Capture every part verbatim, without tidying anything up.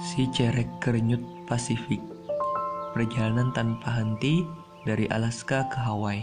Si Cerek Kerenyut Pasifik, perjalanan tanpa henti dari Alaska ke Hawaii.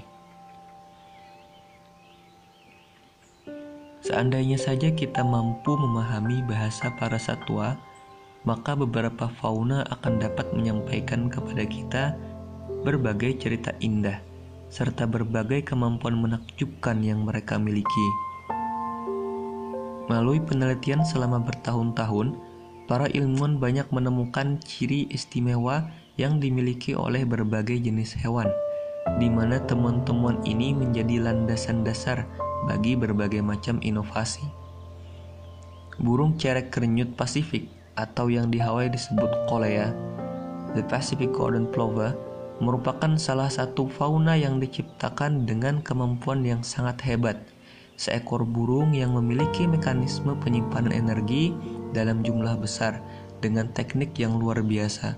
Seandainya saja kita mampu memahami bahasa para satwa, maka beberapa fauna akan dapat menyampaikan kepada kita berbagai cerita indah, serta berbagai kemampuan menakjubkan yang mereka miliki. Melalui penelitian selama bertahun-tahun, para ilmuwan banyak menemukan ciri istimewa yang dimiliki oleh berbagai jenis hewan, di mana temuan-temuan ini menjadi landasan dasar bagi berbagai macam inovasi. Burung cerek kerenyut Pasifik, atau yang di Hawaii disebut Kolea, the Pacific Golden Plover, merupakan salah satu fauna yang diciptakan dengan kemampuan yang sangat hebat. Seekor burung yang memiliki mekanisme penyimpanan energi dalam jumlah besar dengan teknik yang luar biasa.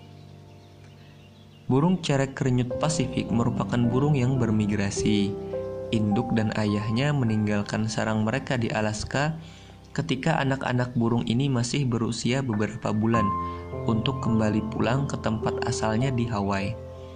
Burung cerek kerenyut Pasifik merupakan burung yang bermigrasi. Induk dan ayahnya meninggalkan sarang mereka di Alaska ketika anak-anak burung ini masih berusia beberapa bulan untuk kembali pulang ke tempat asalnya di Hawaii.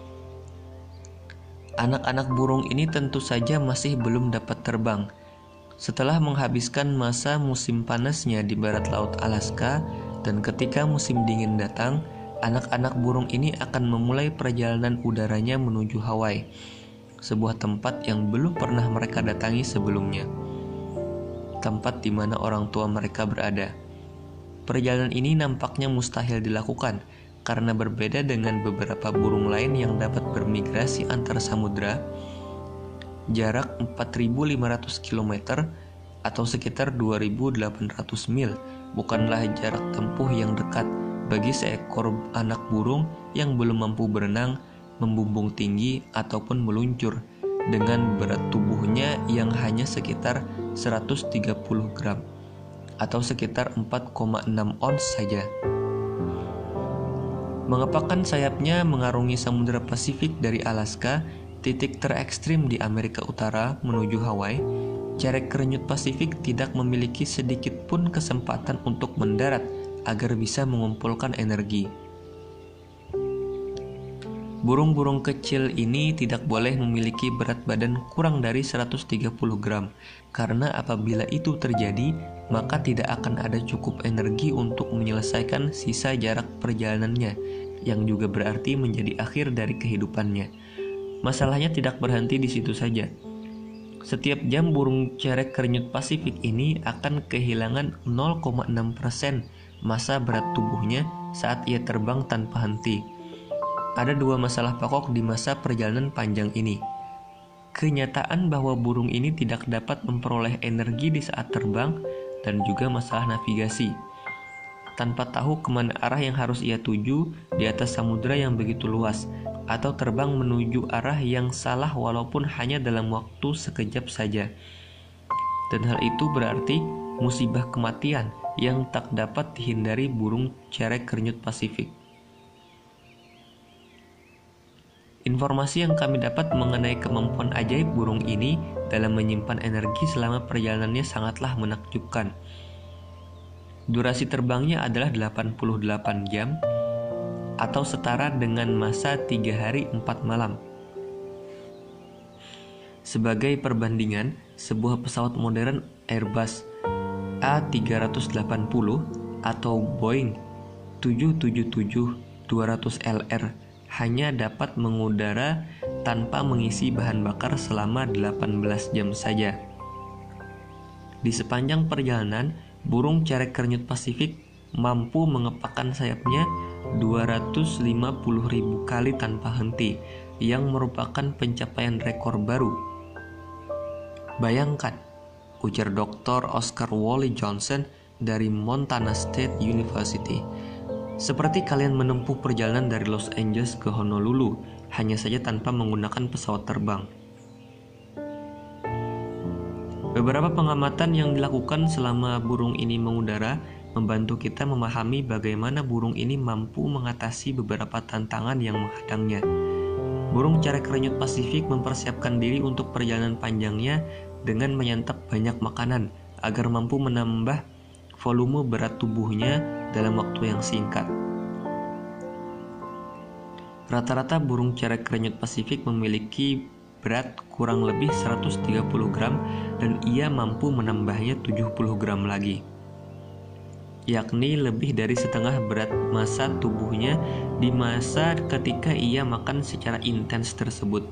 Anak-anak burung ini tentu saja masih belum dapat terbang. Setelah menghabiskan masa musim panasnya di barat laut Alaska, dan ketika musim dingin datang, anak-anak burung ini akan memulai perjalanan udaranya menuju Hawaii, sebuah tempat yang belum pernah mereka datangi sebelumnya, tempat di mana orang tua mereka berada. Perjalanan ini nampaknya mustahil dilakukan, karena berbeda dengan beberapa burung lain yang dapat bermigrasi antar samudra. Jarak empat ribu lima ratus kilometer atau sekitar dua ribu delapan ratus mil bukanlah jarak tempuh yang dekat bagi seekor anak burung yang belum mampu berenang, membumbung tinggi, ataupun meluncur dengan berat tubuhnya yang hanya sekitar seratus tiga puluh gram atau sekitar empat koma enam ons saja. Mengepakkan sayapnya mengarungi Samudra Pasifik dari Alaska, titik terekstrim di Amerika Utara, menuju Hawaii, cerek kerenyut Pasifik tidak memiliki sedikit pun kesempatan untuk mendarat agar bisa mengumpulkan energi. Burung-burung kecil ini tidak boleh memiliki berat badan kurang dari seratus tiga puluh gram, karena apabila itu terjadi, maka tidak akan ada cukup energi untuk menyelesaikan sisa jarak perjalanannya, yang juga berarti menjadi akhir dari kehidupannya. Masalahnya tidak berhenti di situ saja. Setiap jam burung cerek kerenyut Pasifik ini akan kehilangan nol koma enam persen massa berat tubuhnya saat ia terbang tanpa henti. Ada dua masalah pokok di masa perjalanan panjang ini. Kenyataan bahwa burung ini tidak dapat memperoleh energi di saat terbang, dan juga masalah navigasi. Tanpa tahu kemana arah yang harus ia tuju di atas samudra yang begitu luas, atau terbang menuju arah yang salah walaupun hanya dalam waktu sekejap saja. Dan hal itu berarti musibah kematian yang tak dapat dihindari burung cerek kerenyut Pasifik. Informasi yang kami dapat mengenai kemampuan ajaib burung ini dalam menyimpan energi selama perjalanannya sangatlah menakjubkan. Durasi terbangnya adalah delapan puluh delapan jam atau setara dengan masa tiga hari empat malam. Sebagai perbandingan, sebuah pesawat modern Airbus A tiga delapan nol atau Boeing tujuh tujuh tujuh dua ratus L R hanya dapat mengudara tanpa mengisi bahan bakar selama delapan belas jam saja. Di sepanjang perjalanan, burung cerek kerenyut Pasifik mampu mengepakkan sayapnya dua ratus lima puluh ribu kali tanpa henti, yang merupakan pencapaian rekor baru. Bayangkan, ujar Doktor Oscar Wally Johnson dari Montana State University, seperti kalian menempuh perjalanan dari Los Angeles ke Honolulu hanya saja tanpa menggunakan pesawat terbang. Beberapa pengamatan yang dilakukan selama burung ini mengudara membantu kita memahami bagaimana burung ini mampu mengatasi beberapa tantangan yang menghadangnya. Burung cerek kerenyut Pasifik mempersiapkan diri untuk perjalanan panjangnya dengan menyantap banyak makanan agar mampu menambah volume berat tubuhnya dalam waktu yang singkat. Rata-rata burung cerek renyut Pasifik memiliki berat kurang lebih seratus tiga puluh gram dan ia mampu menambahnya tujuh puluh gram lagi, yakni lebih dari setengah berat massa tubuhnya di masa ketika ia makan secara intens tersebut.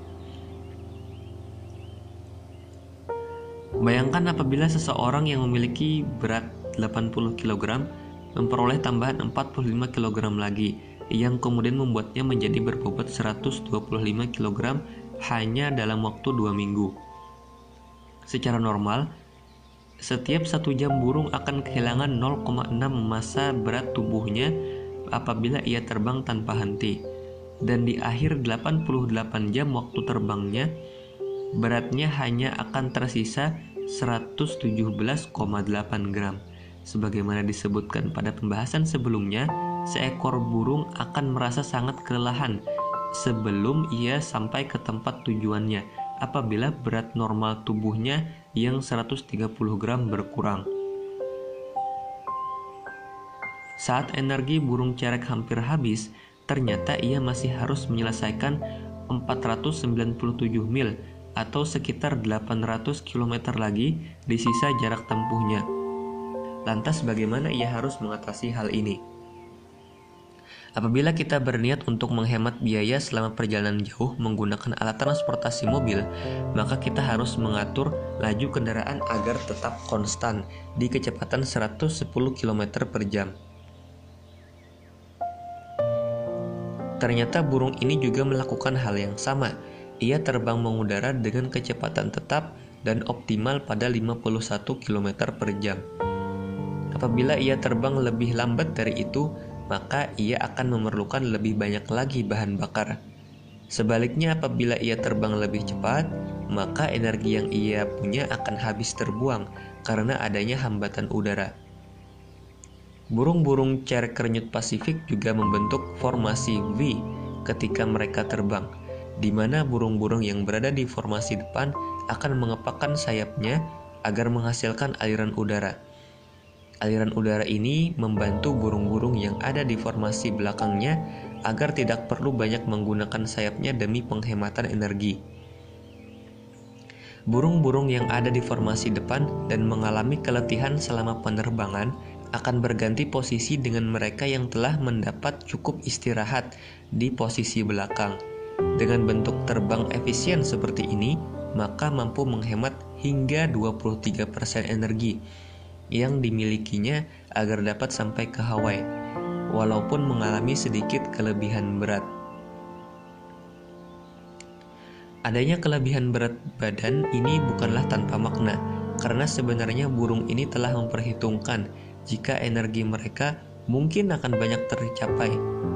Bayangkan apabila seseorang yang memiliki berat delapan puluh kilogram memperoleh tambahan empat puluh lima kilogram lagi, yang kemudian membuatnya menjadi berbobot seratus dua puluh lima kilogram hanya dalam waktu dua minggu. Secara normal, setiap satu jam burung akan kehilangan nol koma enam massa berat tubuhnya apabila ia terbang tanpa henti. Dan di akhir delapan puluh delapan jam waktu terbangnya, beratnya hanya akan tersisa seratus tujuh belas koma delapan gram. Sebagaimana disebutkan pada pembahasan sebelumnya, seekor burung akan merasa sangat kelelahan sebelum ia sampai ke tempat tujuannya apabila berat normal tubuhnya yang seratus tiga puluh gram berkurang. Saat energi burung cerek hampir habis, ternyata ia masih harus menyelesaikan empat ratus sembilan puluh tujuh mil atau sekitar delapan ratus kilometer lagi di sisa jarak tempuhnya. Lantas bagaimana ia harus mengatasi hal ini? Apabila kita berniat untuk menghemat biaya selama perjalanan jauh menggunakan alat transportasi mobil, maka kita harus mengatur laju kendaraan agar tetap konstan di kecepatan seratus sepuluh kilometer per jam. Ternyata burung ini juga melakukan hal yang sama. Ia terbang mengudara dengan kecepatan tetap dan optimal pada lima puluh satu kilometer per jam. Apabila ia terbang lebih lambat dari itu, maka ia akan memerlukan lebih banyak lagi bahan bakar. Sebaliknya, apabila ia terbang lebih cepat, maka energi yang ia punya akan habis terbuang karena adanya hambatan udara. Burung-burung cerek renyut Pasifik juga membentuk formasi V ketika mereka terbang, di mana burung-burung yang berada di formasi depan akan mengepakkan sayapnya agar menghasilkan aliran udara. Aliran udara ini membantu burung-burung yang ada di formasi belakangnya agar tidak perlu banyak menggunakan sayapnya demi penghematan energi. Burung-burung yang ada di formasi depan dan mengalami keletihan selama penerbangan akan berganti posisi dengan mereka yang telah mendapat cukup istirahat di posisi belakang. Dengan bentuk terbang efisien seperti ini, maka mampu menghemat hingga dua puluh tiga persen energi yang dimilikinya agar dapat sampai ke Hawaii, walaupun mengalami sedikit kelebihan berat. Adanya kelebihan berat badan ini bukanlah tanpa makna, karena sebenarnya burung ini telah memperhitungkan jika energi mereka mungkin akan banyak tercapai.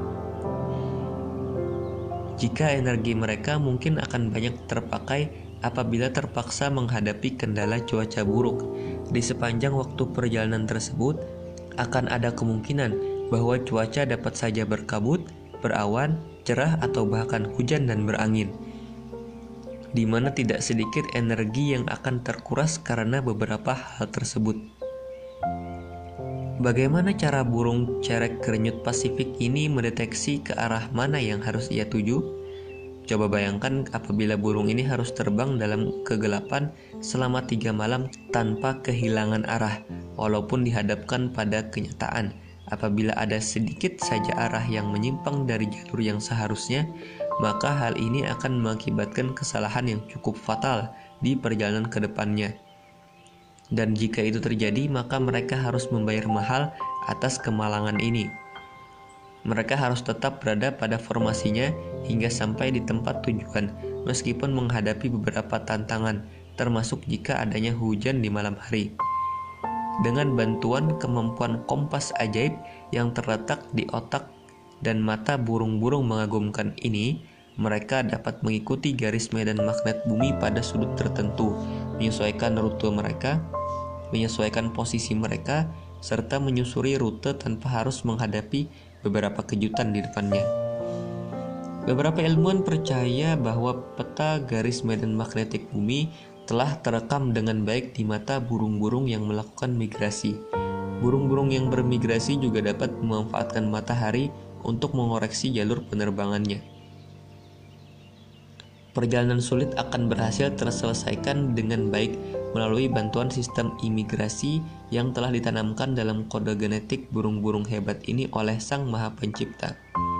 Jika energi mereka mungkin akan banyak terpakai apabila terpaksa menghadapi kendala cuaca buruk. Di sepanjang waktu perjalanan tersebut, akan ada kemungkinan bahwa cuaca dapat saja berkabut, berawan, cerah, atau bahkan hujan dan berangin, di mana tidak sedikit energi yang akan terkuras karena beberapa hal tersebut. Bagaimana cara burung cerek renyut Pasifik ini mendeteksi ke arah mana yang harus ia tuju? Coba bayangkan apabila burung ini harus terbang dalam kegelapan selama tiga malam tanpa kehilangan arah, walaupun dihadapkan pada kenyataan. Apabila ada sedikit saja arah yang menyimpang dari jalur yang seharusnya, maka hal ini akan mengakibatkan kesalahan yang cukup fatal di perjalanan ke depannya. Dan jika itu terjadi, maka mereka harus membayar mahal atas kemalangan ini. Mereka harus tetap berada pada formasinya hingga sampai di tempat tujuan, meskipun menghadapi beberapa tantangan, termasuk jika adanya hujan di malam hari. Dengan bantuan kemampuan kompas ajaib yang terletak di otak dan mata burung-burung mengagumkan ini, mereka dapat mengikuti garis medan magnet bumi pada sudut tertentu, menyesuaikan rute mereka, menyesuaikan posisi mereka, serta menyusuri rute tanpa harus menghadapi beberapa kejutan di depannya. Beberapa ilmuwan percaya bahwa peta garis medan magnetik bumi telah terekam dengan baik di mata burung-burung yang melakukan migrasi. Burung-burung yang bermigrasi juga dapat memanfaatkan matahari untuk mengoreksi jalur penerbangannya. Perjalanan sulit akan berhasil terselesaikan dengan baik melalui bantuan sistem imigrasi yang telah ditanamkan dalam kode genetik burung-burung hebat ini oleh Sang Maha Pencipta.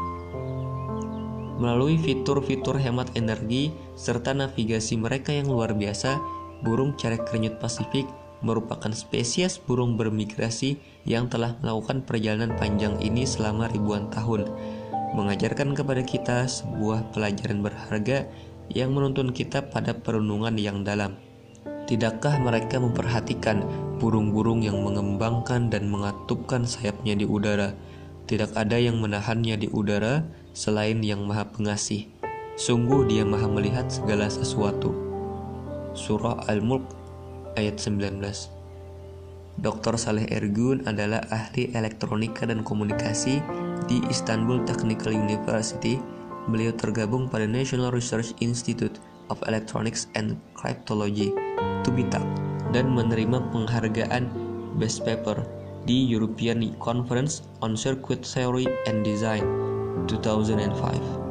Melalui fitur-fitur hemat energi serta navigasi mereka yang luar biasa, burung cerek krenyut Pasifik merupakan spesies burung bermigrasi yang telah melakukan perjalanan panjang ini selama ribuan tahun, mengajarkan kepada kita sebuah pelajaran berharga yang menuntun kita pada perenungan yang dalam. Tidakkah mereka memperhatikan burung-burung yang mengembangkan dan mengatupkan sayapnya di udara? Tidak ada yang menahannya di udara selain Yang Maha Pengasih. Sungguh Dia Maha melihat segala sesuatu. Surah Al-Mulk ayat sembilan belas. doktor Saleh Ergun adalah ahli elektronika dan komunikasi di Istanbul Technical University. Beliau tergabung pada National Research Institute of Electronics and Cryptology (TUBITAC) dan menerima penghargaan Best Paper di European Conference on Circuit Theory and Design dua ribu lima.